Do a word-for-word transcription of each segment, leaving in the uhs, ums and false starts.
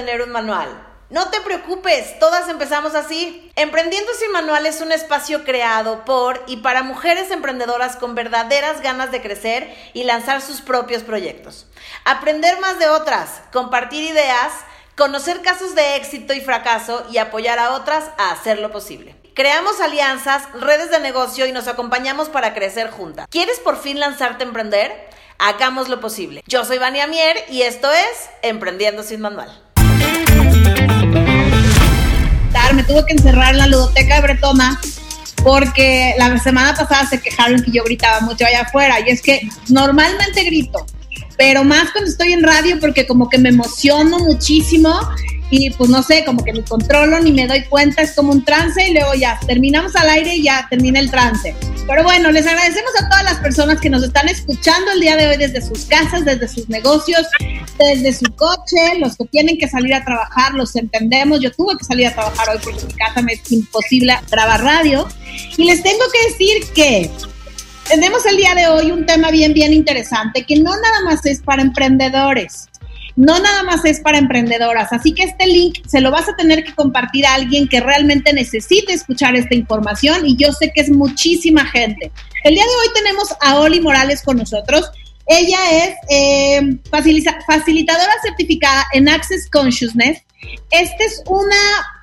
tener un manual. No te preocupes, todas empezamos así. Emprendiendo Sin Manual es un espacio creado por y para mujeres emprendedoras con verdaderas ganas de crecer y lanzar sus propios proyectos. Aprender más de otras, compartir ideas, conocer casos de éxito y fracaso y apoyar a otras a hacer lo posible. Creamos alianzas, redes de negocio y nos acompañamos para crecer juntas. ¿Quieres por fin lanzarte a emprender? Hagamos lo posible. Yo soy Vania Mier y esto es Emprendiendo Sin Manual. Me tuve que encerrar en la ludoteca de Bretona porque la semana pasada se quejaron que yo gritaba mucho allá afuera, y es que normalmente grito, pero más cuando estoy en radio porque como que me emociono muchísimo y pues no sé, como que ni controlo ni me doy cuenta, es como un trance y luego ya terminamos al aire y ya termina el trance. Pero bueno, les agradecemos a todas las personas que nos están escuchando el día de hoy desde sus casas, desde sus negocios, desde su coche, los que tienen que salir a trabajar, los entendemos. Yo tuve que salir a trabajar hoy porque en mi casa me es imposible grabar radio. Y les tengo que decir que tenemos el día de hoy un tema bien, bien interesante, que no nada más es para emprendedores. No nada más es para emprendedoras, así que este link se lo vas a tener que compartir a alguien que realmente necesite escuchar esta información, y yo sé que es muchísima gente. El día de hoy tenemos a Oli Morales con nosotros. Ella es eh, facilita- facilitadora certificada en Access Consciousness. Esta es una...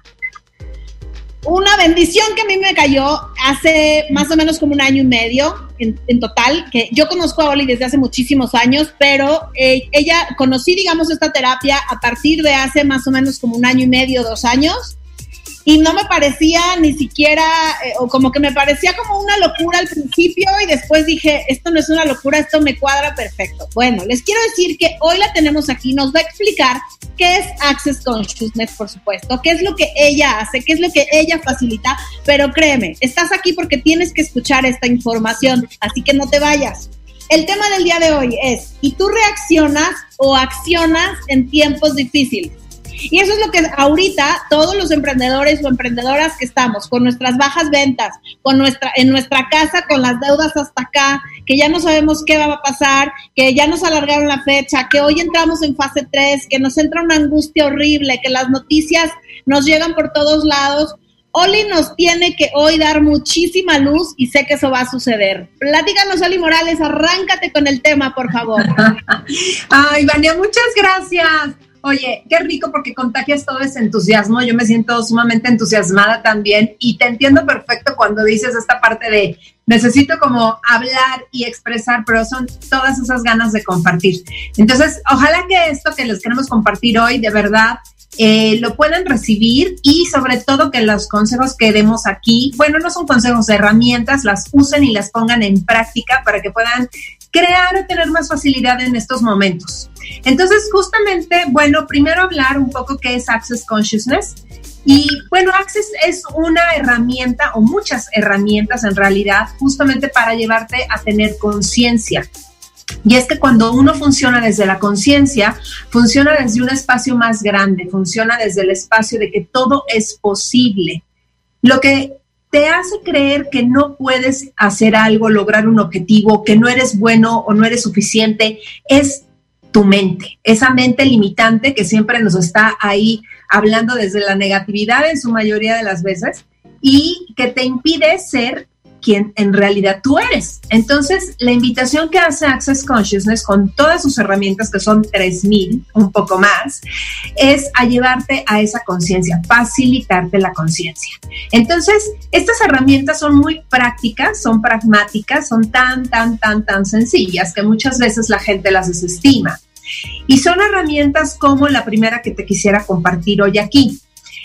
Una bendición que a mí me cayó hace más o menos como un año y medio en, en total, que yo conozco a Oli desde hace muchísimos años, pero eh, ella, conocí, digamos, esta terapia a partir de hace más o menos como un año y medio, dos años, y no me parecía ni siquiera, eh, o como que me parecía como una locura al principio, y después dije, esto no es una locura, esto me cuadra perfecto. Bueno, les quiero decir que hoy la tenemos aquí, nos va a explicar qué es Access Consciousness, por supuesto, qué es lo que ella hace, qué es lo que ella facilita, pero créeme, estás aquí porque tienes que escuchar esta información, así que no te vayas. El tema del día de hoy es, ¿y tú reaccionas o accionas en tiempos difíciles? Y eso es lo que ahorita todos los emprendedores o emprendedoras que estamos con nuestras bajas ventas, con nuestra en nuestra casa con las deudas hasta acá, que ya no sabemos qué va a pasar, que ya nos alargaron la fecha, que hoy entramos en fase tres, que nos entra una angustia horrible, que las noticias nos llegan por todos lados. Oli nos tiene que hoy dar muchísima luz y sé que eso va a suceder. Platícanos, Oli Morales, arráncate con el tema, por favor. Ay, Vania, muchas gracias. Oye, qué rico porque contagias todo ese entusiasmo. Yo me siento sumamente entusiasmada también y te entiendo perfecto cuando dices esta parte de necesito como hablar y expresar, pero son todas esas ganas de compartir. Entonces, ojalá que esto que les queremos compartir hoy, de verdad, eh, lo puedan recibir, y sobre todo que los consejos que demos aquí, bueno, no son consejos, de herramientas, las usen y las pongan en práctica para que puedan crear o tener más facilidad en estos momentos. Entonces, justamente, bueno, primero hablar un poco qué es Access Consciousness. Y bueno, Access es una herramienta, o muchas herramientas en realidad, justamente para llevarte a tener conciencia. Y es que cuando uno funciona desde la conciencia, funciona desde un espacio más grande, funciona desde el espacio de que todo es posible. Lo que te hace creer que no puedes hacer algo, lograr un objetivo, que no eres bueno o no eres suficiente, es tu mente, esa mente limitante que siempre nos está ahí hablando desde la negatividad en su mayoría de las veces, y que te impide ser quien en realidad tú eres. Entonces, la invitación que hace Access Consciousness con todas sus herramientas, que son tres mil, un poco más, es a llevarte a esa conciencia, facilitarte la conciencia. Entonces, estas herramientas son muy prácticas, son pragmáticas, son tan, tan, tan, tan sencillas que muchas veces la gente las desestima. Y son herramientas como la primera que te quisiera compartir hoy aquí.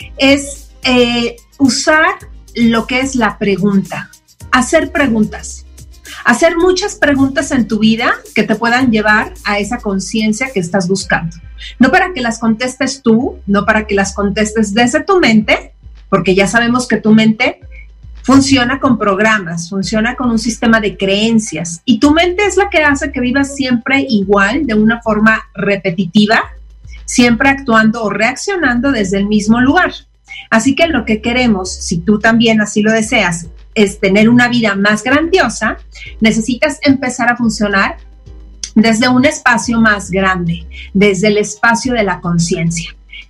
Es eh, usar lo que es la pregunta. Hacer preguntas, hacer muchas preguntas en tu vida que te puedan llevar a esa conciencia que estás buscando. No para que las contestes tú, no para que las contestes desde tu mente, porque ya sabemos que tu mente funciona con programas, funciona con un sistema de creencias, y tu mente es la que hace que vivas siempre igual, de una forma repetitiva, siempre actuando o reaccionando desde el mismo lugar. Así que lo que queremos, si tú también así lo deseas, es tener una vida más grandiosa, necesitas empezar a funcionar desde un espacio más grande, desde el espacio de la conciencia.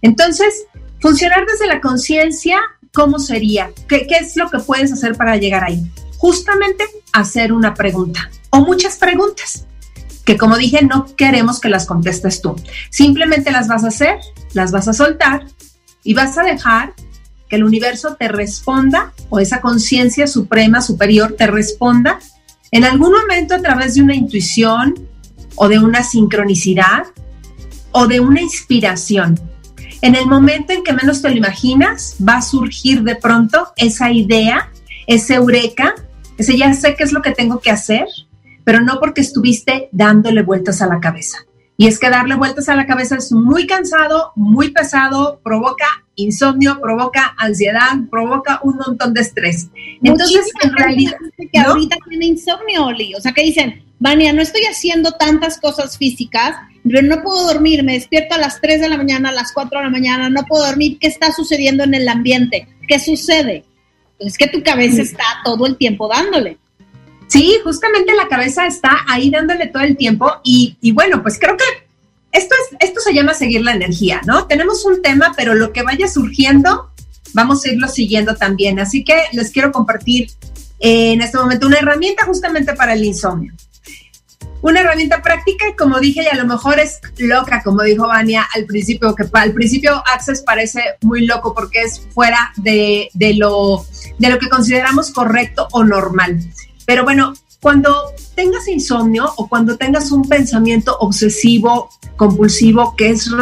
Entonces, funcionar desde la conciencia, ¿cómo sería? ¿Qué, ¿Qué es lo que puedes hacer para llegar ahí? Justamente hacer una pregunta o muchas preguntas que, como dije, no queremos que las contestes tú. Simplemente las vas a hacer, las vas a soltar y vas a dejar que el universo te responda, o esa conciencia suprema, superior, te responda en algún momento a través de una intuición o de una sincronicidad o de una inspiración. En el momento en que menos te lo imaginas, va a surgir de pronto esa idea, ese eureka, ese ya sé qué es lo que tengo que hacer, pero no porque estuviste dándole vueltas a la cabeza. Y es que darle vueltas a la cabeza es muy cansado, muy pesado, provoca insomnio, provoca ansiedad, provoca un montón de estrés. Entonces, Muchísima en realidad, que ¿no? ahorita tiene insomnio, Oli. O sea, que dicen, Vania, no estoy haciendo tantas cosas físicas, pero no puedo dormir, me despierto a las tres de la mañana, a las cuatro de la mañana, no puedo dormir. ¿Qué está sucediendo en el ambiente? ¿Qué sucede? Es que tu cabeza está todo el tiempo dándole. Sí, justamente la cabeza está ahí dándole todo el tiempo y, y bueno, pues creo que esto, es, esto se llama seguir la energía, ¿no? Tenemos un tema, pero lo que vaya surgiendo, vamos a irlo siguiendo también. Así que les quiero compartir eh, en este momento una herramienta justamente para el insomnio. Una herramienta práctica y, como dije, y a lo mejor es loca, como dijo Vania al principio, que al principio Access parece muy loco porque es fuera de, de, lo, de lo que consideramos correcto o normal. Pero bueno, cuando tengas insomnio o cuando tengas un pensamiento obsesivo, compulsivo, que es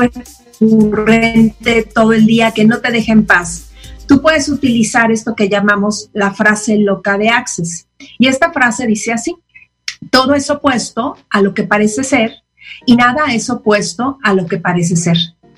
recurrente todo el día, que no te deja en paz, tú puedes utilizar esto que llamamos la frase loca de Access. Y esta frase dice así: todo es opuesto a lo que parece ser y nada es opuesto a lo que parece ser.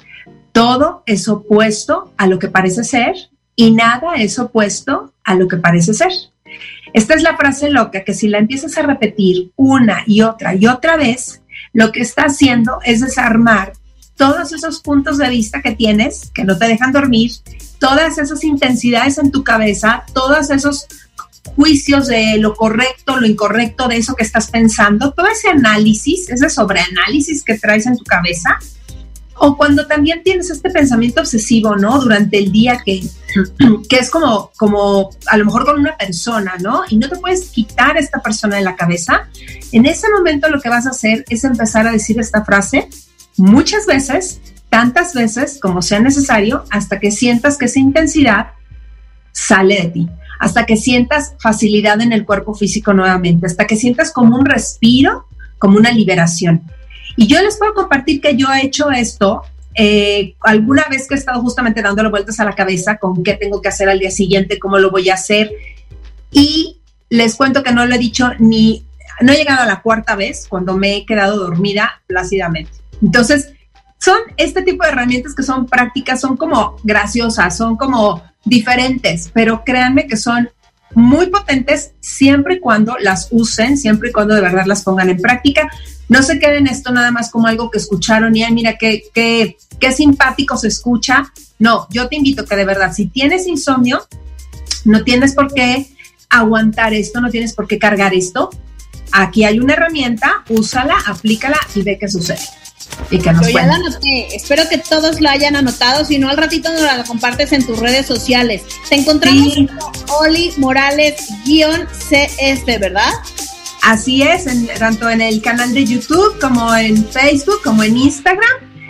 Todo es opuesto a lo que parece ser y nada es opuesto a lo que parece ser. Esta es la frase loca que, si la empiezas a repetir una y otra y otra vez, lo que está haciendo es desarmar todos esos puntos de vista que tienes que no te dejan dormir, todas esas intensidades en tu cabeza, todos esos juicios de lo correcto, lo incorrecto, de eso que estás pensando, todo ese análisis, ese sobreanálisis que traes en tu cabeza. O cuando también tienes este pensamiento obsesivo, ¿no? Durante el día que, que es como, como a lo mejor con una persona, ¿no? Y no te puedes quitar a esta persona de la cabeza. En ese momento lo que vas a hacer es empezar a decir esta frase muchas veces, tantas veces como sea necesario, hasta que sientas que esa intensidad sale de ti, hasta que sientas facilidad en el cuerpo físico nuevamente, hasta que sientas como un respiro, como una liberación. Y yo les puedo compartir que yo he hecho esto eh, alguna vez que he estado justamente dándole vueltas a la cabeza con qué tengo que hacer al día siguiente, cómo lo voy a hacer. Y les cuento que no lo he dicho ni, no he llegado a la cuarta vez cuando me he quedado dormida plácidamente. Entonces, son este tipo de herramientas que son prácticas, son como graciosas, son como diferentes, pero créanme que son muy potentes siempre y cuando las usen, siempre y cuando de verdad las pongan en práctica. No se queden esto nada más como algo que escucharon y, ay, mira, qué, qué, qué simpático se escucha. No, yo te invito que de verdad, si tienes insomnio, no tienes por qué aguantar esto, no tienes por qué cargar esto. Aquí hay una herramienta, úsala, aplícala y ve qué sucede. Y que nos Yo ya la anoté, espero que todos lo hayan anotado, si no al ratito nos la compartes en tus redes sociales. Te encontramos sí. como Oli Morales-C S, ¿verdad? Así es, en, tanto en el canal de YouTube como en Facebook, como en Instagram.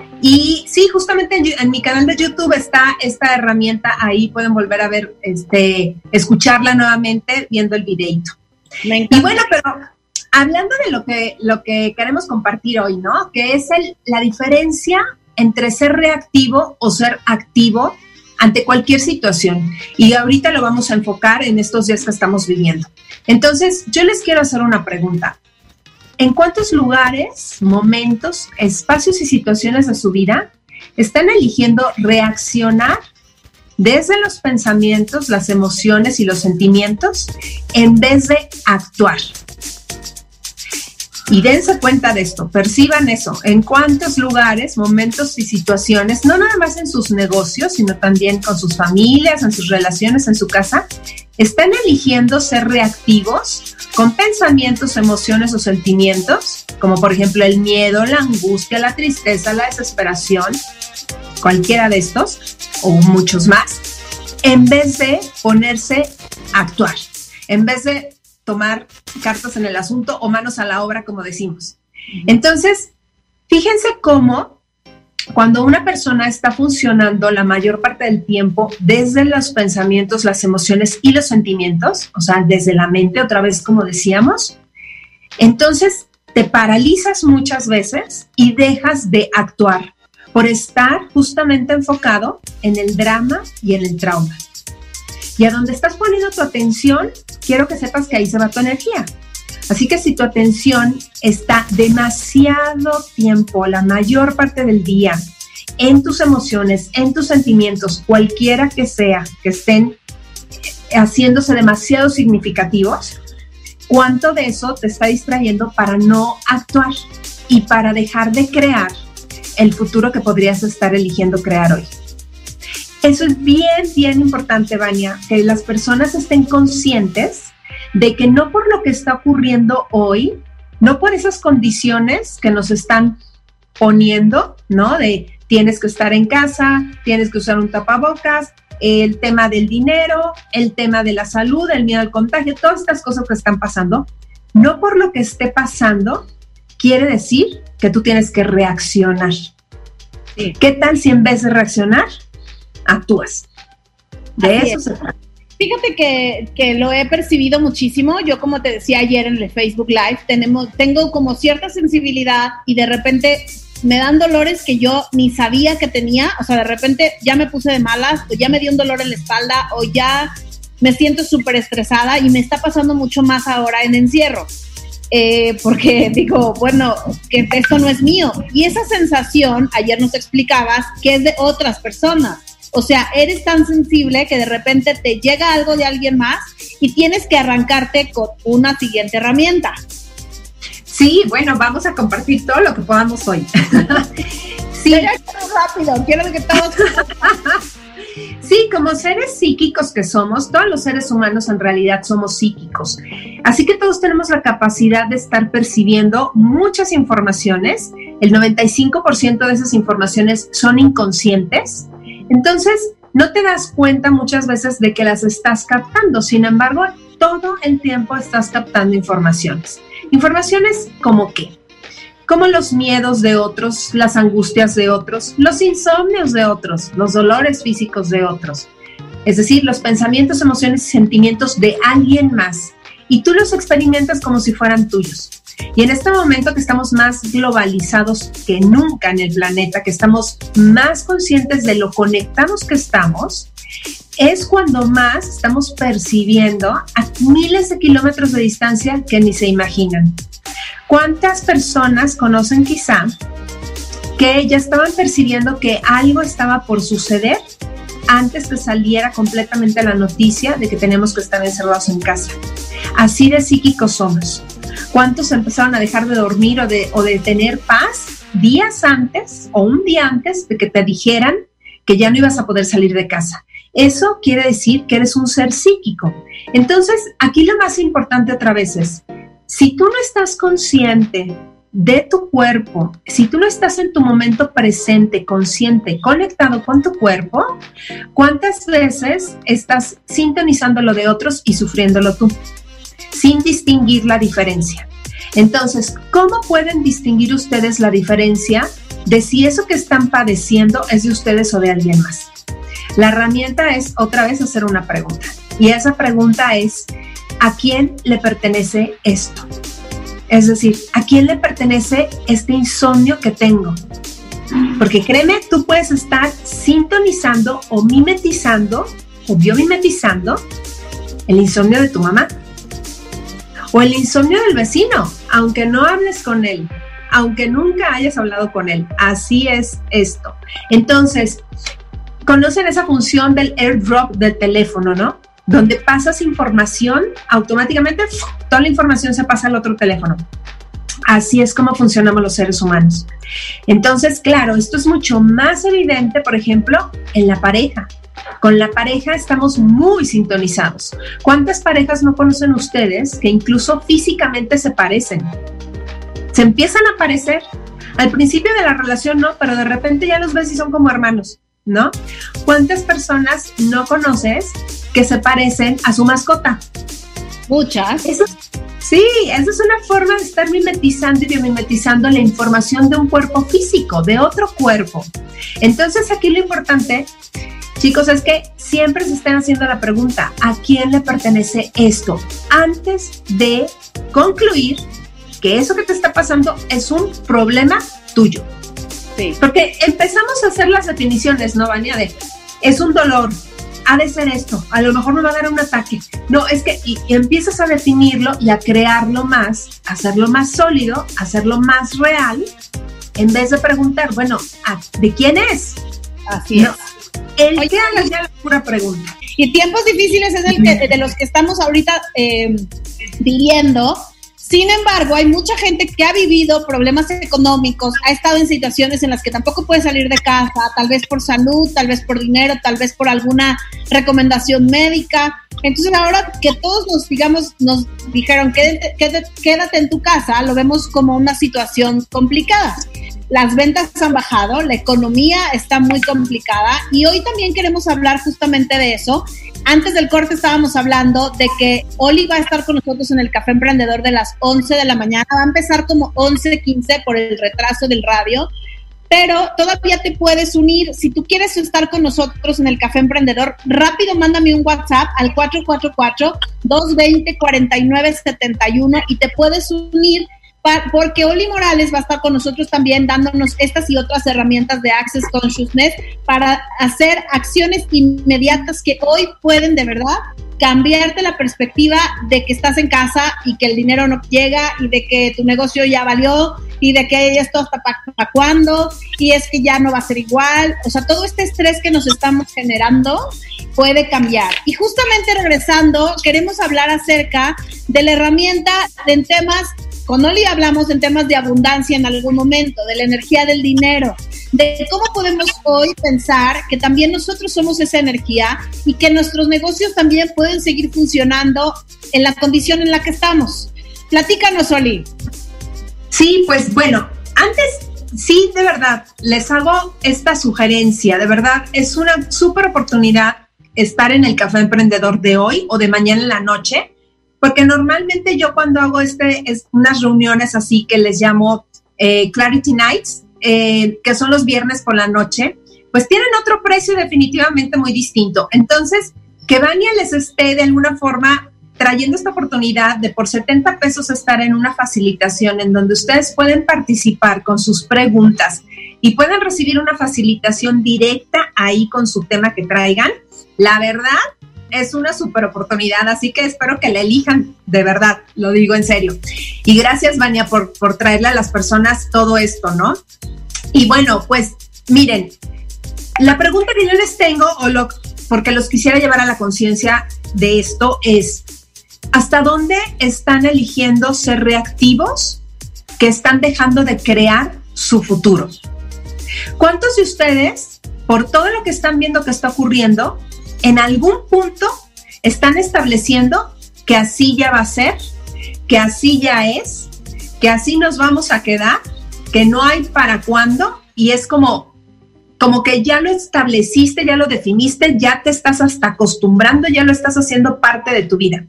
Y sí, justamente en, en mi canal de YouTube está esta herramienta, ahí pueden volver a ver, este, escucharla nuevamente viendo el videito. Me encanta. Y bueno, pero hablando de lo que, lo que queremos compartir hoy, ¿no? Que es el, la diferencia entre ser reactivo o ser activo ante cualquier situación. Y ahorita lo vamos a enfocar en estos días que estamos viviendo. Entonces, yo les quiero hacer una pregunta. ¿En cuántos lugares, momentos, espacios y situaciones de su vida están eligiendo reaccionar desde los pensamientos, las emociones y los sentimientos en vez de actuar? Y dense cuenta de esto, perciban eso, en cuántos lugares, momentos y situaciones, no nada más en sus negocios, sino también con sus familias, en sus relaciones, en su casa, están eligiendo ser reactivos con pensamientos, emociones o sentimientos, como por ejemplo el miedo, la angustia, la tristeza, la desesperación, cualquiera de estos o muchos más, en vez de ponerse a actuar, en vez de tomar cartas en el asunto o manos a la obra, como decimos. Entonces, fíjense cómo cuando una persona está funcionando la mayor parte del tiempo desde los pensamientos, las emociones y los sentimientos, o sea, desde la mente, otra vez como decíamos, entonces te paralizas muchas veces y dejas de actuar por estar justamente enfocado en el drama y en el trauma. Y a donde estás poniendo tu atención, quiero que sepas que ahí se va tu energía. Así que si tu atención está demasiado tiempo, la mayor parte del día, en tus emociones, en tus sentimientos, cualquiera que sea, que estén haciéndose demasiado significativos, ¿cuánto de eso te está distrayendo para no actuar y para dejar de crear el futuro que podrías estar eligiendo crear hoy? Eso es bien, bien importante, Vania, que las personas estén conscientes de que no por lo que está ocurriendo hoy, no por esas condiciones que nos están poniendo, ¿no? De tienes que estar en casa, tienes que usar un tapabocas, el tema del dinero, el tema de la salud, el miedo al contagio, todas estas cosas que están pasando, no por lo que esté pasando quiere decir que tú tienes que reaccionar. Sí. ¿Qué tal si en vez de reaccionar, actúas? De Así eso es. se trata. Fíjate que, que lo he percibido muchísimo. Yo, como te decía ayer en el Facebook Live, tenemos, tengo como cierta sensibilidad y de repente me dan dolores que yo ni sabía que tenía. O sea, de repente ya me puse de malas, o ya me dio un dolor en la espalda, o ya me siento súper estresada, y me está pasando mucho más ahora en encierro. Eh, porque digo, bueno, que esto no es mío. Y esa sensación, ayer nos explicabas, que es de otras personas. O sea, eres tan sensible que de repente te llega algo de alguien más y tienes que arrancarte con una siguiente herramienta. Sí, bueno, vamos a compartir todo lo que podamos hoy. Sí. Pero rápido, quiero que todos... Sí, como seres psíquicos que somos, todos los seres humanos en realidad somos psíquicos. Así que todos tenemos la capacidad de estar percibiendo muchas informaciones. El noventa y cinco por ciento de esas informaciones son inconscientes. Entonces, no te das cuenta muchas veces de que las estás captando. Sin embargo, todo el tiempo estás captando informaciones. Informaciones como qué, como los miedos de otros, las angustias de otros, los insomnios de otros, los dolores físicos de otros. Es decir, los pensamientos, emociones y sentimientos de alguien más. Y tú los experimentas como si fueran tuyos. Y en este momento que estamos más globalizados que nunca en el planeta, que estamos más conscientes de lo conectados que estamos, es cuando más estamos percibiendo a miles de kilómetros de distancia que ni se imaginan. ¿Cuántas personas conocen quizá que ya estaban percibiendo que algo estaba por suceder antes que saliera completamente la noticia de que tenemos que estar encerrados en casa? Así de psíquicos somos. ¿Cuántos empezaron a dejar de dormir o de, o de tener paz días antes o un día antes de que te dijeran que ya no ibas a poder salir de casa? Eso quiere decir que eres un ser psíquico. Entonces, aquí lo más importante otra vez es, si tú no estás consciente de tu cuerpo, si tú no estás en tu momento presente, consciente, conectado con tu cuerpo, ¿cuántas veces estás sintonizando lo de otros y sufriéndolo tú, sin distinguir la diferencia? Entonces, ¿cómo pueden distinguir ustedes la diferencia de si eso que están padeciendo es de ustedes o de alguien más? La herramienta es otra vez hacer una pregunta. Y esa pregunta es, ¿a quién le pertenece esto? Es decir, ¿a quién le pertenece este insomnio que tengo? Porque créeme, tú puedes estar sintonizando o mimetizando o biomimetizando el insomnio de tu mamá o el insomnio del vecino, aunque no hables con él, aunque nunca hayas hablado con él. Así es esto. Entonces, conocen esa función del airdrop del teléfono, ¿no? Donde pasas información, automáticamente toda la información se pasa al otro teléfono. Así es como funcionamos los seres humanos. Entonces, claro, esto es mucho más evidente, por ejemplo, en la pareja. Con la pareja estamos muy sintonizados. ¿Cuántas parejas no conocen ustedes que incluso físicamente se parecen? Se empiezan a parecer Al principio de la relación no, pero de repente ya los ves y son como hermanos, ¿no? ¿Cuántas personas no conoces que se parecen a su mascota? Muchas. Eso, sí, esa es una forma de estar mimetizando y biomimetizando la información de un cuerpo físico, de otro cuerpo. Entonces aquí lo importante, chicos, es que siempre se estén haciendo la pregunta, ¿a quién le pertenece esto? Antes de concluir que eso que te está pasando es un problema tuyo. Sí. Porque empezamos a hacer las definiciones, ¿no, Vania? De, es un dolor, ha de ser esto, a lo mejor me va a dar un ataque. No, es que y, y empiezas a definirlo y a crearlo más, a hacerlo más sólido, a hacerlo más real, en vez de preguntar, bueno, ¿de quién es? Así no, es. El Oye, que haga ya la pura pregunta. Y tiempos difíciles es el que, de los que estamos ahorita eh, viviendo. Sin embargo, hay mucha gente que ha vivido problemas económicos, ha estado en situaciones en las que tampoco puede salir de casa, tal vez por salud, tal vez por dinero, tal vez por alguna recomendación médica. Entonces ahora que todos nos, digamos, nos dijeron quédate, quédate, quédate en tu casa, lo vemos como una situación complicada. Las ventas han bajado, la economía está muy complicada y hoy también queremos hablar justamente de eso. Antes del corte estábamos hablando de que Oli va a estar con nosotros en el Café Emprendedor de las once de la mañana. Va a empezar como once quince por el retraso del radio, pero todavía te puedes unir. Si tú quieres estar con nosotros en el Café Emprendedor, rápido mándame un WhatsApp al cuatro cuatro cuatro, dos dos cero, cuatro nueve siete uno y te puedes unir porque Oli Morales va a estar con nosotros también dándonos estas y otras herramientas de Access Consciousness para hacer acciones inmediatas que hoy pueden de verdad cambiarte la perspectiva de que estás en casa y que el dinero no llega y de que tu negocio ya valió y de que esto hasta para pa cuándo y es que ya no va a ser igual. O sea, todo este estrés que nos estamos generando puede cambiar. Y justamente regresando, queremos hablar acerca de la herramienta en temas. Con Oli hablamos en temas de abundancia en algún momento, de la energía del dinero, de cómo podemos hoy pensar que también nosotros somos esa energía y que nuestros negocios también pueden seguir funcionando en la condición en la que estamos. Platícanos, Oli. Sí, pues bueno, antes sí, de verdad, les hago esta sugerencia, de verdad, es una súper oportunidad estar en el Café Emprendedor de hoy o de mañana en la noche. Porque normalmente yo cuando hago este, es unas reuniones así que les llamo eh, Clarity Nights, eh, que son los viernes por la noche, pues tienen otro precio definitivamente muy distinto. Entonces, que Vania les esté de alguna forma trayendo esta oportunidad de por setenta pesos estar en una facilitación en donde ustedes pueden participar con sus preguntas y pueden recibir una facilitación directa ahí con su tema que traigan, la verdad, es una súper oportunidad, así que espero que la elijan, de verdad, lo digo en serio. Y gracias, Vania, por, por traerle a las personas todo esto, ¿no? Y bueno, pues, miren, la pregunta que yo les tengo, o lo, porque los quisiera llevar a la conciencia de esto, es, ¿hasta dónde están eligiendo ser reactivos que están dejando de crear su futuro? ¿Cuántos de ustedes, por todo lo que están viendo que está ocurriendo, en algún punto están estableciendo que así ya va a ser, que así ya es, que así nos vamos a quedar, que no hay para cuándo? Y es como, como que ya lo estableciste, ya lo definiste, ya te estás hasta acostumbrando, ya lo estás haciendo parte de tu vida.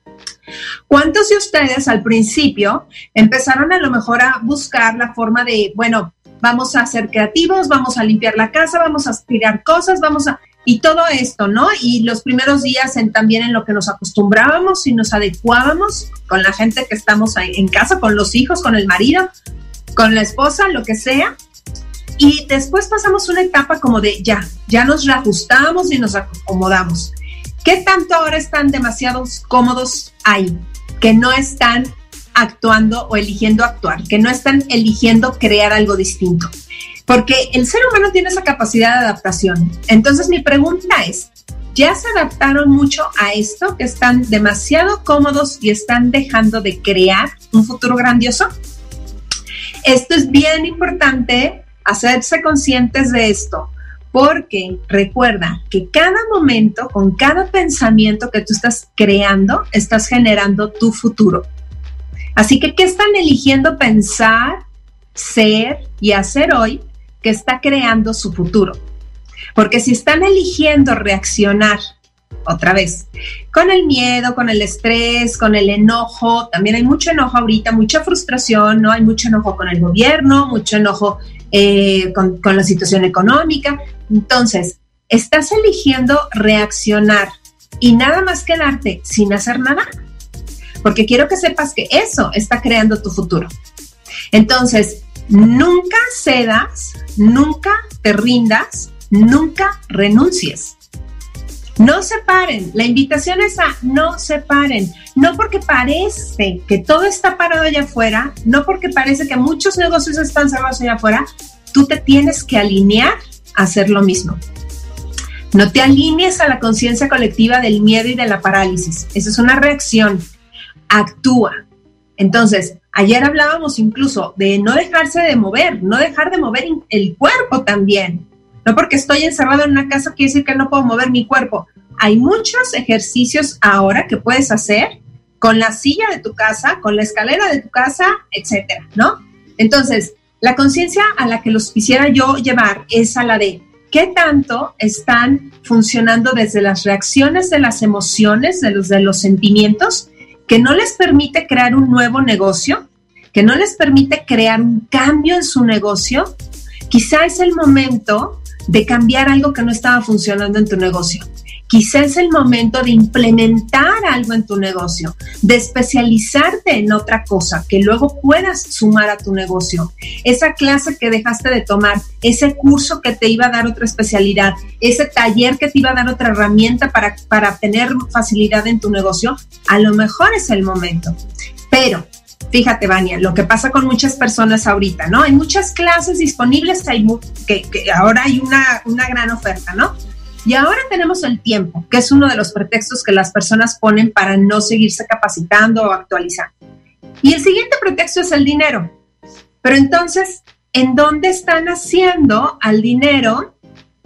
¿Cuántos de ustedes al principio empezaron a lo mejor a buscar la forma de, bueno, vamos a ser creativos, vamos a limpiar la casa, vamos a aspirar cosas, vamos a... Y todo esto, ¿no? Y los primeros días en, también en lo que nos acostumbrábamos y nos adecuábamos con la gente que estamos ahí en casa, con los hijos, con el marido, con la esposa, lo que sea. Y después pasamos una etapa como de ya, ya nos reajustamos y nos acomodamos. ¿Qué tanto ahora están demasiado cómodos ahí? Que no están actuando o eligiendo actuar, que no están eligiendo crear algo distinto. Porque el ser humano tiene esa capacidad de adaptación. Entonces mi pregunta es, ¿ya se adaptaron mucho a esto, que están demasiado cómodos y están dejando de crear un futuro grandioso? Esto es bien importante, hacerse conscientes de esto, porque recuerda que cada momento, con cada pensamiento que tú estás creando, estás generando tu futuro. Así que, ¿qué están eligiendo pensar? ser y hacer hoy que está creando su futuro. Porque si están eligiendo reaccionar, otra vez, con el miedo, con el estrés, con el enojo, también hay mucho enojo ahorita, mucha frustración, ¿no? Hay mucho enojo con el gobierno, mucho enojo eh, con, con la situación económica. Entonces, estás eligiendo reaccionar y nada más quedarte sin hacer nada, porque quiero que sepas que eso está creando tu futuro. Entonces, nunca cedas, nunca te rindas, nunca renuncies. No se paren, la invitación es a no se paren, no porque parece que todo está parado allá afuera, no porque parece que muchos negocios están cerrados allá afuera, tú te tienes que alinear a hacer lo mismo. No te alinees a la conciencia colectiva del miedo y de la parálisis, esa es una reacción, actúa. Entonces, ayer hablábamos incluso de no dejarse de mover, no dejar de mover el cuerpo también. No porque estoy encerrado en una casa quiere decir que no puedo mover mi cuerpo. Hay muchos ejercicios ahora que puedes hacer con la silla de tu casa, con la escalera de tu casa, etcétera, ¿no? Entonces, la conciencia a la que los quisiera yo llevar es a la de qué tanto están funcionando desde las reacciones de las emociones, de los, de los sentimientos, que no les permite crear un nuevo negocio, que no les permite crear un cambio en su negocio. Quizá es el momento de cambiar algo que no estaba funcionando en tu negocio. Quizá es el momento de implementar algo en tu negocio, de especializarte en otra cosa que luego puedas sumar a tu negocio. Esa clase que dejaste de tomar, ese curso que te iba a dar otra especialidad, ese taller que te iba a dar otra herramienta para, para tener facilidad en tu negocio, a lo mejor es el momento. Pero fíjate, Vania, lo que pasa con muchas personas ahorita, ¿no? Hay muchas clases disponibles, hay mu- que, que ahora hay una, una gran oferta, ¿no? Y ahora tenemos el tiempo, que es uno de los pretextos que las personas ponen para no seguirse capacitando o actualizando. Y el siguiente pretexto es el dinero. Pero entonces, ¿en dónde están haciendo al dinero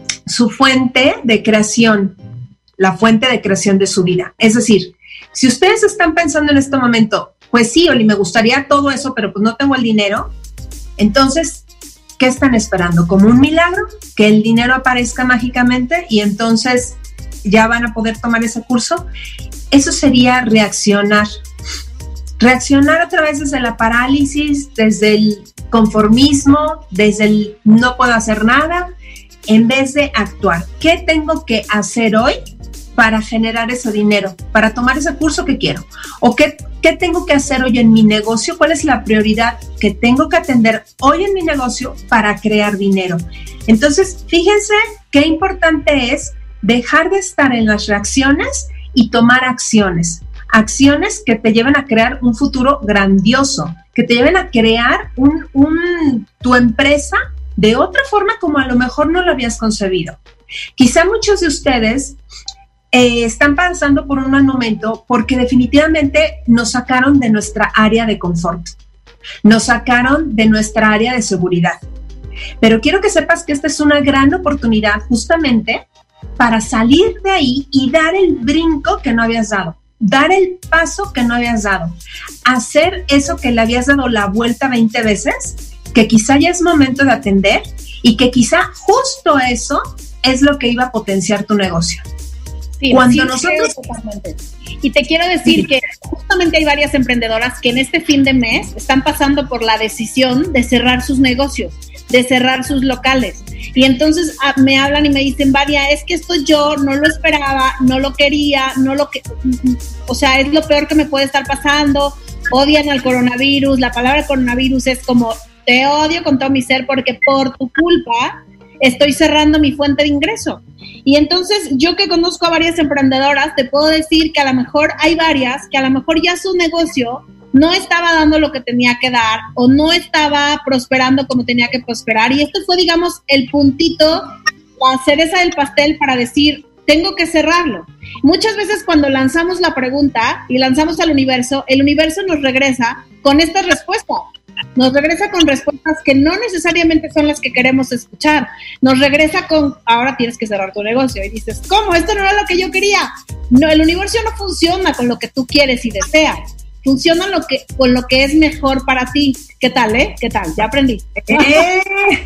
su fuente de creación? La fuente de creación de su vida. Es decir, si ustedes están pensando en este momento, pues sí, Oli, me gustaría todo eso, pero pues no tengo el dinero. Entonces, ¿qué están esperando? ¿Como un milagro? ¿Que el dinero aparezca mágicamente y entonces ya van a poder tomar ese curso? Eso sería reaccionar. Reaccionar otra vez desde la parálisis, desde el conformismo, desde el no puedo hacer nada, en vez de actuar. ¿Qué tengo que hacer hoy para generar ese dinero, para tomar ese curso que quiero? ¿O qué, qué tengo que hacer hoy en mi negocio? ¿Cuál es la prioridad que tengo que atender hoy en mi negocio para crear dinero? Entonces, fíjense qué importante es dejar de estar en las reacciones y tomar acciones. Acciones que te lleven a crear un futuro grandioso, que te lleven a crear un, un, tu empresa de otra forma como a lo mejor no lo habías concebido. Quizá muchos de ustedes Eh, están pasando por un mal momento porque definitivamente nos sacaron de nuestra área de confort, nos sacaron de nuestra área de seguridad. Pero quiero que sepas que esta es una gran oportunidad justamente para salir de ahí y dar el brinco que no habías dado, dar el paso que no habías dado, hacer eso que le habías dado la vuelta veinte veces, que quizá ya es momento de atender y que quizá justo eso es lo que iba a potenciar tu negocio. Sí, Cuando sí, nosotros... totalmente. Y te quiero decir que justamente hay varias emprendedoras que en este fin de mes están pasando por la decisión de cerrar sus negocios, de cerrar sus locales. Y entonces a, me hablan y me dicen, Varia, es que esto yo no lo esperaba, no lo quería, no lo que, o sea, es lo peor que me puede estar pasando. Odian al coronavirus, la palabra coronavirus es como, te odio con todo mi ser porque por tu culpa estoy cerrando mi fuente de ingreso. Y entonces yo que conozco a varias emprendedoras, te puedo decir que a lo mejor hay varias que a lo mejor ya su negocio no estaba dando lo que tenía que dar o no estaba prosperando como tenía que prosperar. Y esto fue, digamos, el puntito, la cereza del pastel para decir, tengo que cerrarlo. Muchas veces cuando lanzamos la pregunta y lanzamos al universo, el universo nos regresa con esta respuesta. Nos regresa con respuestas que no necesariamente son las que queremos escuchar. Nos regresa con, ahora tienes que cerrar tu negocio. Y dices, ¿cómo? Esto no era lo que yo quería. No, el universo no funciona con lo que tú quieres y deseas. funciona lo que, con lo que es mejor para ti. ¿Qué tal, eh? ¿Qué tal? Ya aprendí. Eh,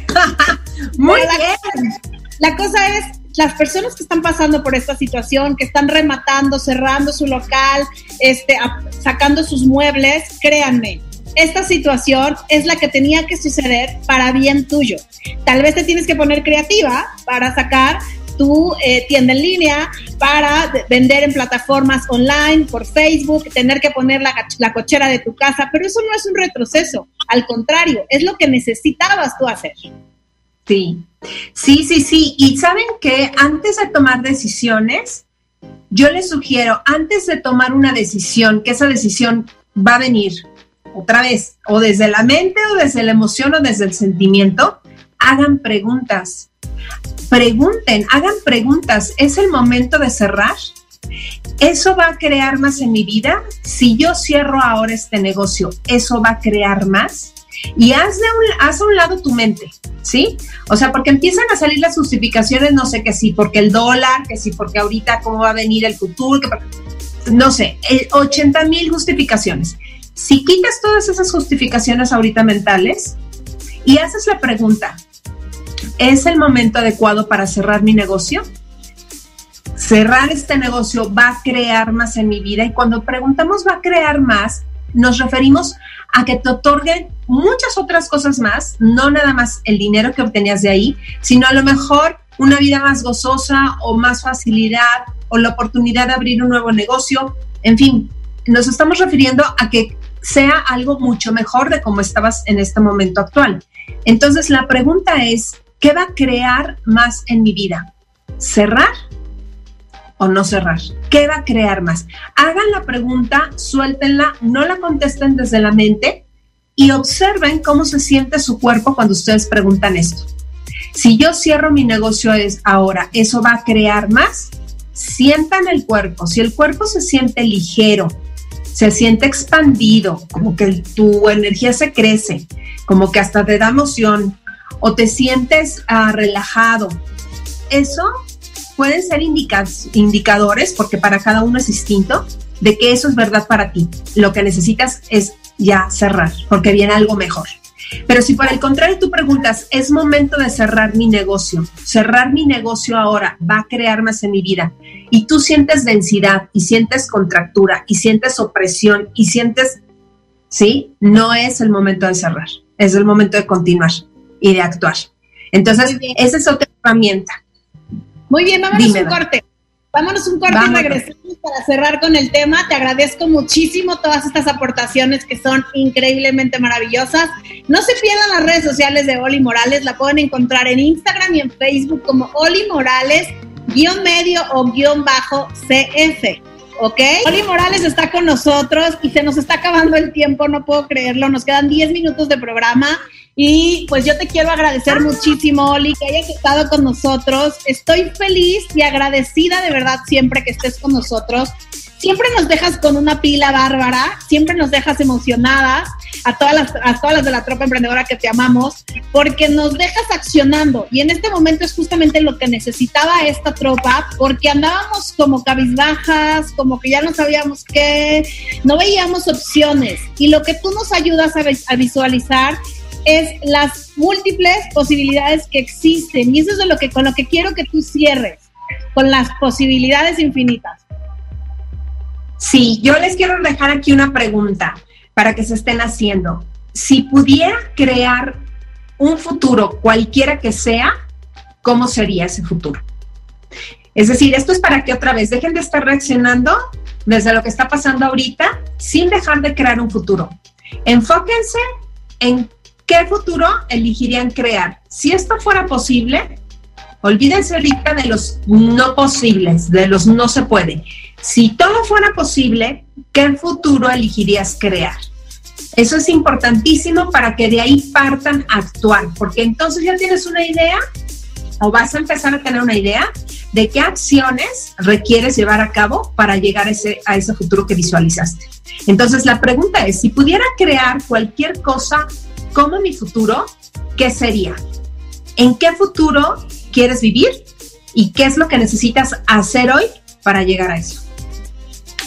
muy la, bien. La cosa es, las personas que están pasando por esta situación, que están rematando, cerrando su local, este, a, sacando sus muebles, créanme, esta situación es la que tenía que suceder para bien tuyo. Tal vez te tienes que poner creativa para sacar tu eh, tienda en línea, para de, vender en plataformas online, por Facebook, tener que poner la, la cochera de tu casa, pero eso no es un retroceso, al contrario, es lo que necesitabas tú hacer. Sí, sí, sí, sí, y ¿saben qué? Antes de tomar decisiones, yo les sugiero, antes de tomar una decisión, que esa decisión va a venir otra vez, o desde la mente, o desde la emoción, o desde el sentimiento, hagan preguntas. Pregunten, hagan preguntas. ¿Es el momento de cerrar? ¿Eso va a crear más en mi vida? Si yo cierro ahora este negocio, ¿eso va a crear más? Y haz, de un, haz a un lado tu mente, ¿sí? O sea, porque empiezan a salir las justificaciones, no sé, que sí, porque el dólar, que sí, porque ahorita cómo va a venir el futuro, que, no sé, ochenta mil justificaciones. Si quitas todas esas justificaciones ahorita mentales y haces la pregunta, ¿es el momento adecuado para cerrar mi negocio? Cerrar este negocio va a crear más en mi vida, y cuando preguntamos va a crear más, nos referimos a que te otorguen muchas otras cosas más, no nada más el dinero que obtenías de ahí, sino a lo mejor una vida más gozosa o más facilidad o la oportunidad de abrir un nuevo negocio. En fin, nos estamos refiriendo a que sea algo mucho mejor de como estabas en este momento actual. Entonces la pregunta es, ¿qué va a crear más en mi vida? ¿Cerrar o no cerrar? ¿Qué va a crear más? Hagan la pregunta, suéltenla, no la contesten desde la mente y observen cómo se siente su cuerpo cuando ustedes preguntan esto. Si yo cierro mi negocio es ahora, ¿eso va a crear más? Sientan el cuerpo. Si el cuerpo se siente ligero, se siente expandido, como que tu energía se crece, como que hasta te da emoción, o te sientes uh, relajado, eso pueden ser indica- indicadores, porque para cada uno es distinto, de que eso es verdad para ti. Lo que necesitas es ya cerrar, porque viene algo mejor. Pero si por el contrario tú preguntas, es momento de cerrar mi negocio, cerrar mi negocio ahora va a crear más en mi vida, y tú sientes densidad, y sientes contractura, y sientes opresión, y sientes, ¿sí? No es el momento de cerrar, es el momento de continuar y de actuar. Entonces, esa es otra herramienta. Muy bien, vámonos Dime, un corte. Vámonos un corte vámonos. Y regresamos para cerrar con el tema. Te agradezco muchísimo todas estas aportaciones que son increíblemente maravillosas. No se pierdan las redes sociales de Oli Morales. La pueden encontrar en Instagram y en Facebook como Oli Morales, guión medio o guión bajo C F. ¿Ok? Oli Morales está con nosotros y se nos está acabando el tiempo, no puedo creerlo. Nos quedan diez minutos de programa. Y pues yo te quiero agradecer muchísimo, Oli, que hayas estado con nosotros. Estoy feliz y agradecida de verdad siempre que estés con nosotros. Siempre nos dejas con una pila bárbara, siempre nos dejas emocionadas a todas las, a todas las de la tropa emprendedora que te amamos, porque nos dejas accionando. Y en este momento es justamente lo que necesitaba esta tropa, porque andábamos como cabizbajas, como que ya no sabíamos qué, no veíamos opciones. Y lo que tú nos ayudas a, a visualizar es las múltiples posibilidades que existen, y eso es de lo que, con lo que quiero que tú cierres, con las posibilidades infinitas. Sí, yo les quiero dejar aquí una pregunta para que se estén haciendo. Si pudiera crear un futuro, cualquiera que sea, ¿cómo sería ese futuro? Es decir, esto es para que otra vez dejen de estar reaccionando desde lo que está pasando ahorita sin dejar de crear un futuro. Enfóquense en qué futuro elegirían crear. Si esto fuera posible, olvídense ahorita de los no posibles, de los no se puede. Si todo fuera posible, ¿qué futuro elegirías crear? Eso es importantísimo para que de ahí partan a actuar, porque entonces ya tienes una idea o vas a empezar a tener una idea de qué acciones requieres llevar a cabo para llegar a ese, a ese futuro que visualizaste. Entonces la pregunta es, si pudiera crear cualquier cosa como mi futuro, ¿qué sería? ¿En qué futuro quieres vivir? ¿Y qué es lo que necesitas hacer hoy para llegar a eso?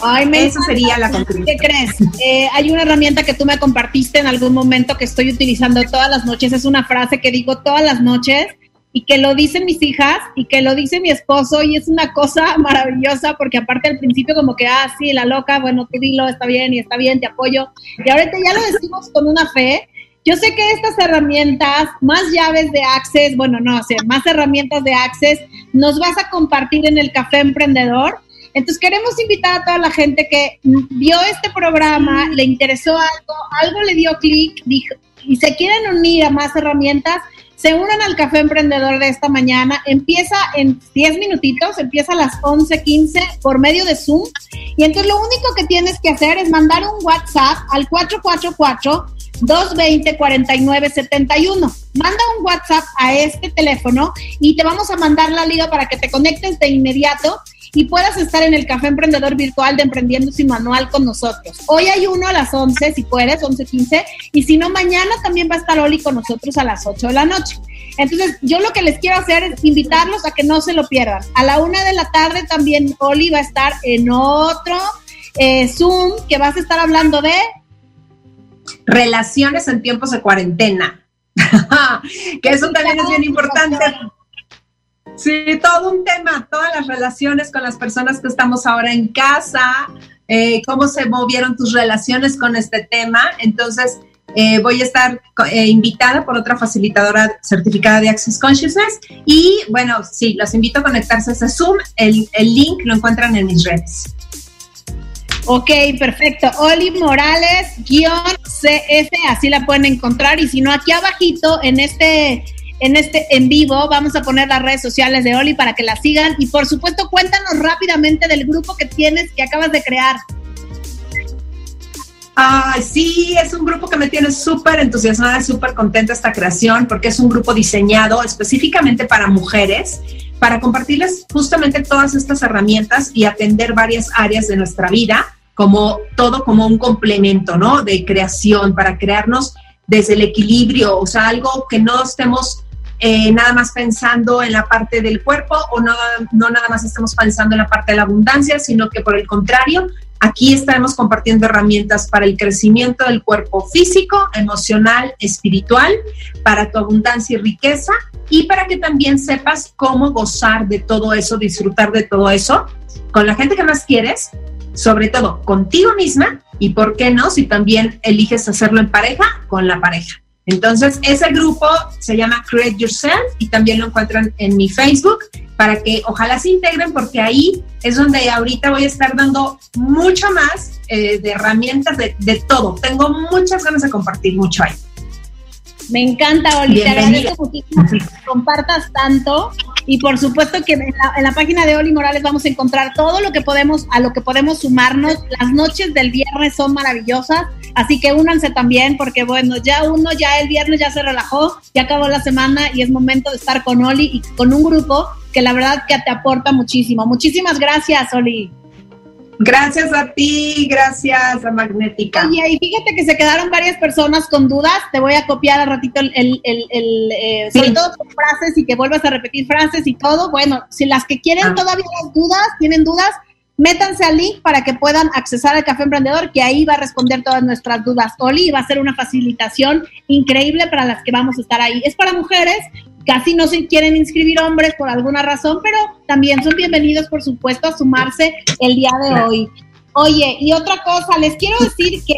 Ay, me Eso sería la contribución. ¿Qué crees? Eh, hay una herramienta que tú me compartiste en algún momento que estoy utilizando todas las noches. Es una frase que digo todas las noches y que lo dicen mis hijas y que lo dice mi esposo y es una cosa maravillosa porque aparte al principio como que, ah, sí, la loca, bueno, tú dilo, está bien y está bien, te apoyo. Y ahorita ya lo decimos con una fe. Yo sé que estas herramientas, más llaves de Access, bueno, no, o sea, más herramientas de Access, nos vas a compartir en el Café Emprendedor. Entonces queremos invitar a toda la gente que vio este programa, le interesó algo, algo le dio clic y se quieren unir a más herramientas, se unan al Café Emprendedor de esta mañana. Empieza en diez minutitos, empieza a las once quince por medio de Zoom. Y entonces lo único que tienes que hacer es mandar un WhatsApp al cuatro cuatro cuatro, dos dos cero, cuatro nueve siete uno. Manda un WhatsApp a este teléfono y te vamos a mandar la liga para que te conectes de inmediato y puedas estar en el Café Emprendedor Virtual de Emprendiendo Sin Manual con nosotros. Hoy hay uno a las once, si puedes, once quince, y si no, mañana también va a estar Oli con nosotros a las ocho de la noche. Entonces, yo lo que les quiero hacer es invitarlos a que no se lo pierdan. A la una de la tarde también Oli va a estar en otro eh, Zoom, que vas a estar hablando de... relaciones en tiempos de cuarentena. Que eso también es bien importante. Sí, todo un tema, todas las relaciones con las personas que estamos ahora en casa, eh, cómo se movieron tus relaciones con este tema. Entonces, eh, voy a estar eh, invitada por otra facilitadora certificada de Access Consciousness y, bueno, sí, los invito a conectarse a ese Zoom. El, el link lo encuentran en mis redes. Ok, perfecto. Oli Morales, guión C F, así la pueden encontrar. Y si no, aquí abajito en este... En este en vivo vamos a poner las redes sociales de Oli para que la sigan y por supuesto cuéntanos rápidamente del grupo que tienes, que acabas de crear. Ay, sí, es un grupo que me tiene súper entusiasmada, súper contenta esta creación porque es un grupo diseñado específicamente para mujeres, para compartirles justamente todas estas herramientas y atender varias áreas de nuestra vida, como todo como un complemento, ¿no? De creación, para crearnos desde el equilibrio, o sea, algo que no estemos eh, nada más pensando en la parte del cuerpo o no, no nada más estemos pensando en la parte de la abundancia, sino que por el contrario, aquí estaremos compartiendo herramientas para el crecimiento del cuerpo físico, emocional, espiritual, para tu abundancia y riqueza y para que también sepas cómo gozar de todo eso, disfrutar de todo eso con la gente que más quieres, sobre todo contigo misma y por qué no, si también eliges hacerlo en pareja, con la pareja. Entonces, ese grupo se llama Create Yourself y también lo encuentran en mi Facebook para que ojalá se integren porque ahí es donde ahorita voy a estar dando mucho más eh, de herramientas de, de todo. Tengo muchas ganas de compartir mucho ahí. Me encanta, Oli, te agradezco muchísimo que compartas tanto y por supuesto que en la, en la página de Oli Morales vamos a encontrar todo lo que podemos, a lo que podemos sumarnos. Las noches del viernes son maravillosas, así que únanse también porque bueno, ya uno, ya el viernes ya se relajó, ya acabó la semana y es momento de estar con Oli y con un grupo que la verdad que te aporta muchísimo. Muchísimas gracias, Oli. Gracias a ti, gracias a Magnética. Oye, y fíjate que se quedaron varias personas con dudas. Te voy a copiar al ratito el, el, el, el eh, sobre sí. todo con frases y que vuelvas a repetir frases y todo. Bueno, si las que quieren ah. todavía las dudas, tienen dudas, métanse al link para que puedan accesar al Café Emprendedor, que ahí va a responder todas nuestras dudas. Oli va a hacer una facilitación increíble para las que vamos a estar ahí. Es para mujeres. Casi no se quieren inscribir hombres por alguna razón, pero también son bienvenidos, por supuesto, a sumarse el día de hoy. Oye, y otra cosa, les quiero decir que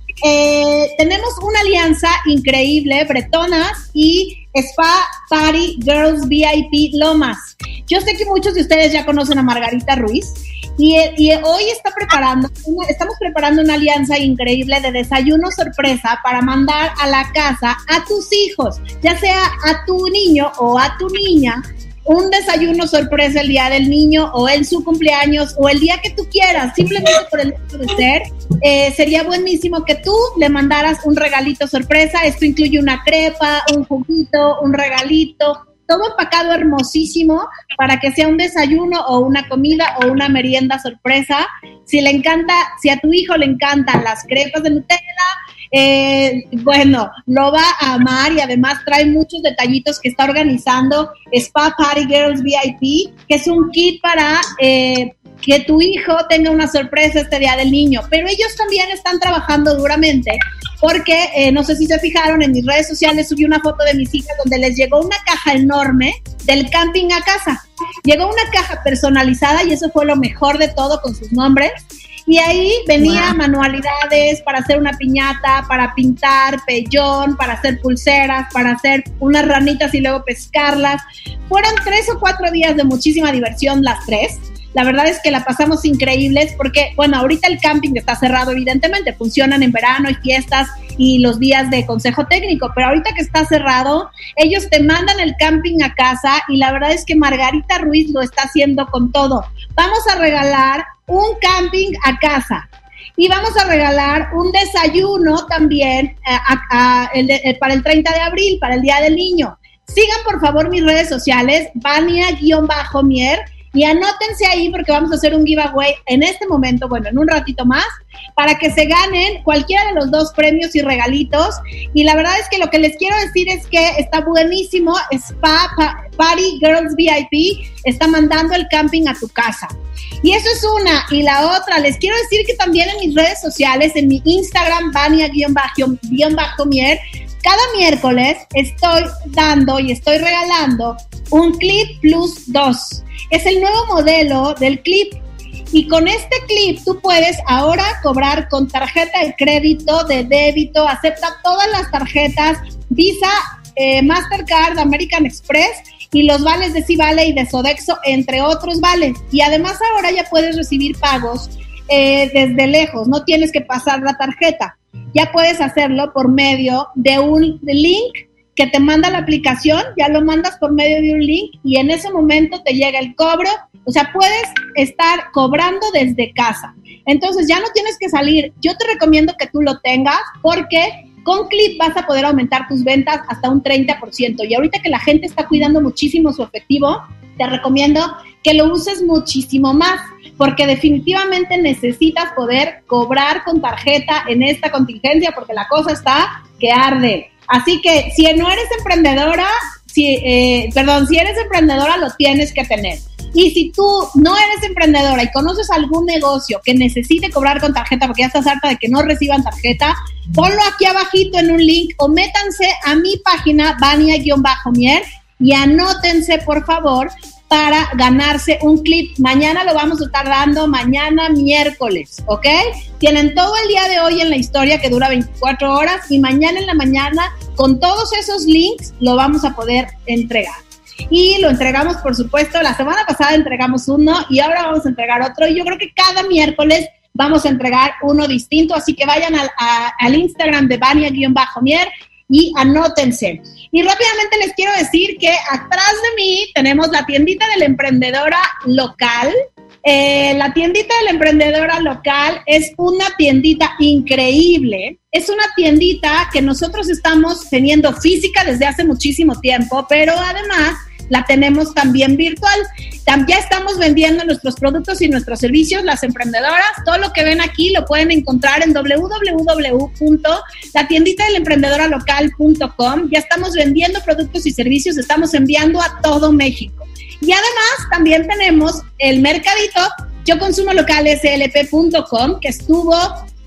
eh, tenemos una alianza increíble, Bretonas y Spa Party Girls V I P Lomas. Yo sé que muchos de ustedes ya conocen a Margarita Ruiz y, y hoy está preparando, una, estamos preparando una alianza increíble de desayuno sorpresa para mandar a la casa a tus hijos, ya sea a tu niño o a tu niña, un desayuno sorpresa el día del niño o en su cumpleaños o el día que tú quieras, simplemente por el hecho de ser. Eh, sería buenísimo que tú le mandaras un regalito sorpresa. Esto incluye una crepa, un juguito, un regalito, todo empacado hermosísimo para que sea un desayuno o una comida o una merienda sorpresa. Si le encanta, si a tu hijo le encantan las crepas de Nutella, eh, bueno, lo va a amar y además trae muchos detallitos que está organizando Spa Party Girls V I P, que es un kit para eh, que tu hijo tenga una sorpresa este Día del Niño, pero ellos también están trabajando duramente porque, eh, no sé si se fijaron, en mis redes sociales subí una foto de mis hijas donde les llegó una caja enorme del camping a casa. Llegó una caja personalizada y eso fue lo mejor de todo, con sus nombres. Y ahí venía wow. manualidades para hacer una piñata, para pintar pellón, para hacer pulseras, para hacer unas ranitas y luego pescarlas. Fueron tres o cuatro días de muchísima diversión las tres. La verdad es que la pasamos increíbles porque, bueno, ahorita el camping está cerrado, evidentemente, funcionan en verano y fiestas y los días de consejo técnico, pero ahorita que está cerrado, ellos te mandan el camping a casa y la verdad es que Margarita Ruiz lo está haciendo con todo. Vamos a regalar un camping a casa y vamos a regalar un desayuno también a, a, a el de, para el treinta de abril, para el Día del Niño. Sigan por favor mis redes sociales, Vania-Mier, y anótense ahí porque vamos a hacer un giveaway en este momento, bueno, en un ratito más, para que se ganen cualquiera de los dos premios y regalitos. Y la verdad es que lo que les quiero decir es que está buenísimo. Spa pa, Party Girls V I P está mandando el camping a tu casa. Y eso es una. Y la otra, les quiero decir que también en mis redes sociales, en mi Instagram, Vania-Mier, cada miércoles estoy dando y estoy regalando un Clip Plus dos. Es el nuevo modelo del clip. Y con este clip tú puedes ahora cobrar con tarjeta de crédito, de débito, acepta todas las tarjetas, Visa, eh, Mastercard, American Express y los vales de Civale y de Sodexo, entre otros vales. Y además ahora ya puedes recibir pagos eh, desde lejos, no tienes que pasar la tarjeta. Ya puedes hacerlo por medio de un link que te manda la aplicación, ya lo mandas por medio de un link y en ese momento te llega el cobro. O sea, puedes estar cobrando desde casa. Entonces ya no tienes que salir. Yo te recomiendo que tú lo tengas porque con Clip vas a poder aumentar tus ventas hasta un treinta por ciento. Y ahorita que la gente está cuidando muchísimo su efectivo, te recomiendo que lo uses muchísimo más, porque definitivamente necesitas poder cobrar con tarjeta en esta contingencia porque la cosa está que arde. Así que si no eres emprendedora, si, eh, perdón, si eres emprendedora lo tienes que tener. Y si tú no eres emprendedora y conoces algún negocio que necesite cobrar con tarjeta porque ya estás harta de que no reciban tarjeta, ponlo aquí abajito en un link o métanse a mi página Vania-Mier y anótense por favor para ganarse un clip. Mañana lo vamos a estar dando, mañana miércoles, ¿ok? Tienen todo el día de hoy en la historia que dura veinticuatro horas y mañana en la mañana con todos esos links lo vamos a poder entregar. Y lo entregamos, por supuesto, la semana pasada entregamos uno y ahora vamos a entregar otro. Y yo creo que cada miércoles vamos a entregar uno distinto, así que vayan al, a, al Instagram de Vania-Mier y anótense. Y rápidamente les quiero decir que atrás de mí tenemos la tiendita de la emprendedora local. Eh, la tiendita de la emprendedora local es una tiendita increíble. Es una tiendita que nosotros estamos teniendo física desde hace muchísimo tiempo, pero además la tenemos también virtual. Ya estamos vendiendo nuestros productos y nuestros servicios, las emprendedoras. Todo lo que ven aquí lo pueden encontrar en doble u doble u doble u punto la tiendita de la emprendedora local punto com. Ya estamos vendiendo productos y servicios, estamos enviando a todo México. Y además también tenemos el mercadito yo consumo local S L P punto com, que estuvo,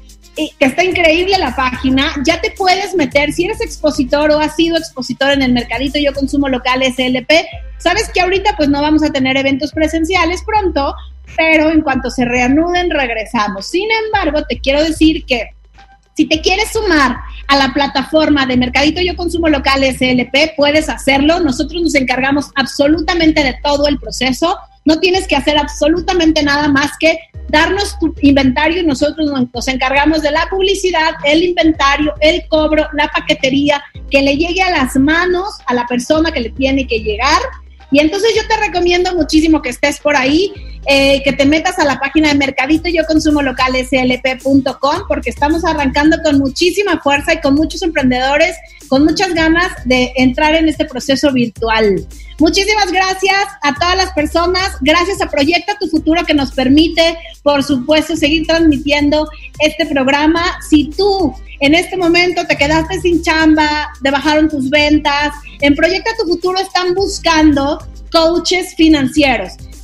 que está increíble la página. Ya te puedes meter, si eres expositor o has sido expositor en el mercadito Yo Consumo Local S L P, sabes que ahorita pues no vamos a tener eventos presenciales pronto, pero en cuanto se reanuden regresamos. Sin embargo, te quiero decir que si te quieres sumar a la plataforma de Mercadito Yo Consumo Local S L P, puedes hacerlo. Nosotros nos encargamos absolutamente de todo el proceso. No tienes que hacer absolutamente nada más que darnos tu inventario y nosotros nos encargamos de la publicidad, el inventario, el cobro, la paquetería, que le llegue a las manos a la persona que le tiene que llegar. Y entonces yo te recomiendo muchísimo que estés por ahí, eh, que te metas a la página de Mercadito Yo Consumo Local S L P punto com, porque estamos arrancando con muchísima fuerza y con muchos emprendedores, con muchas ganas de entrar en este proceso virtual. Muchísimas gracias a todas las personas, gracias a Proyecta Tu Futuro que nos permite, por supuesto, seguir transmitiendo este programa. Si tú en este momento te quedaste sin chamba, te bajaron tus ventas, en Proyecta Tu Futuro están buscando coaches financieros.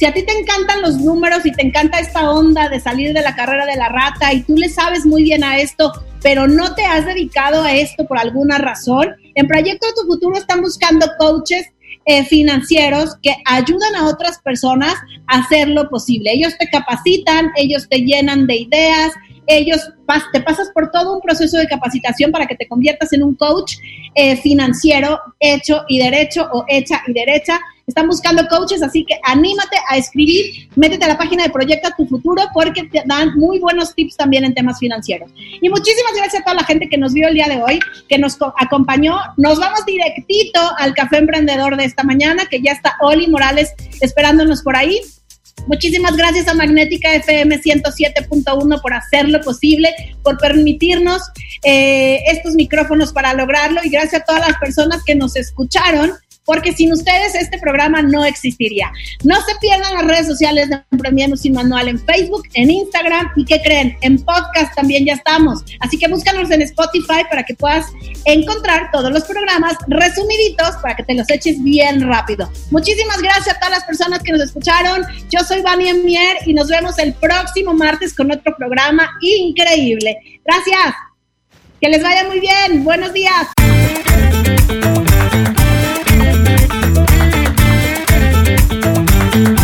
Si a ti te encantan los números y te encanta esta onda de salir de la carrera de la rata y tú le sabes muy bien a esto, pero no te has dedicado a esto por alguna razón, en Proyecto Tu Futuro están buscando coaches eh, financieros que ayudan a otras personas a hacer lo posible. Ellos te capacitan, ellos te llenan de ideas, ellos pas- te pasas por todo un proceso de capacitación para que te conviertas en un coach eh, financiero hecho y derecho o hecha y derecha. Están buscando coaches, así que anímate a escribir, métete a la página de Proyecta Tu Futuro porque te dan muy buenos tips también en temas financieros. Y muchísimas gracias a toda la gente que nos vio el día de hoy, que nos co- acompañó. Nos vamos directito al Café Emprendedor de esta mañana, que ya está Oli Morales esperándonos por ahí. Muchísimas gracias a Magnética F M ciento siete punto uno por hacerlo posible, por permitirnos eh, estos micrófonos para lograrlo, y gracias a todas las personas que nos escucharon, porque sin ustedes este programa no existiría. No se pierdan las redes sociales de Emprendiendo Sin Manual en Facebook, en Instagram, y ¿qué creen? En podcast también ya estamos. Así que búscanos en Spotify para que puedas encontrar todos los programas resumiditos para que te los eches bien rápido. Muchísimas gracias a todas las personas que nos escucharon. Yo soy Vania Mier y nos vemos el próximo martes con otro programa increíble. Gracias. Que les vaya muy bien. Buenos días.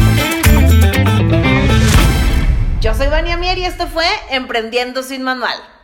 Yo soy Vania Mier y esto fue Emprendiendo Sin Manual.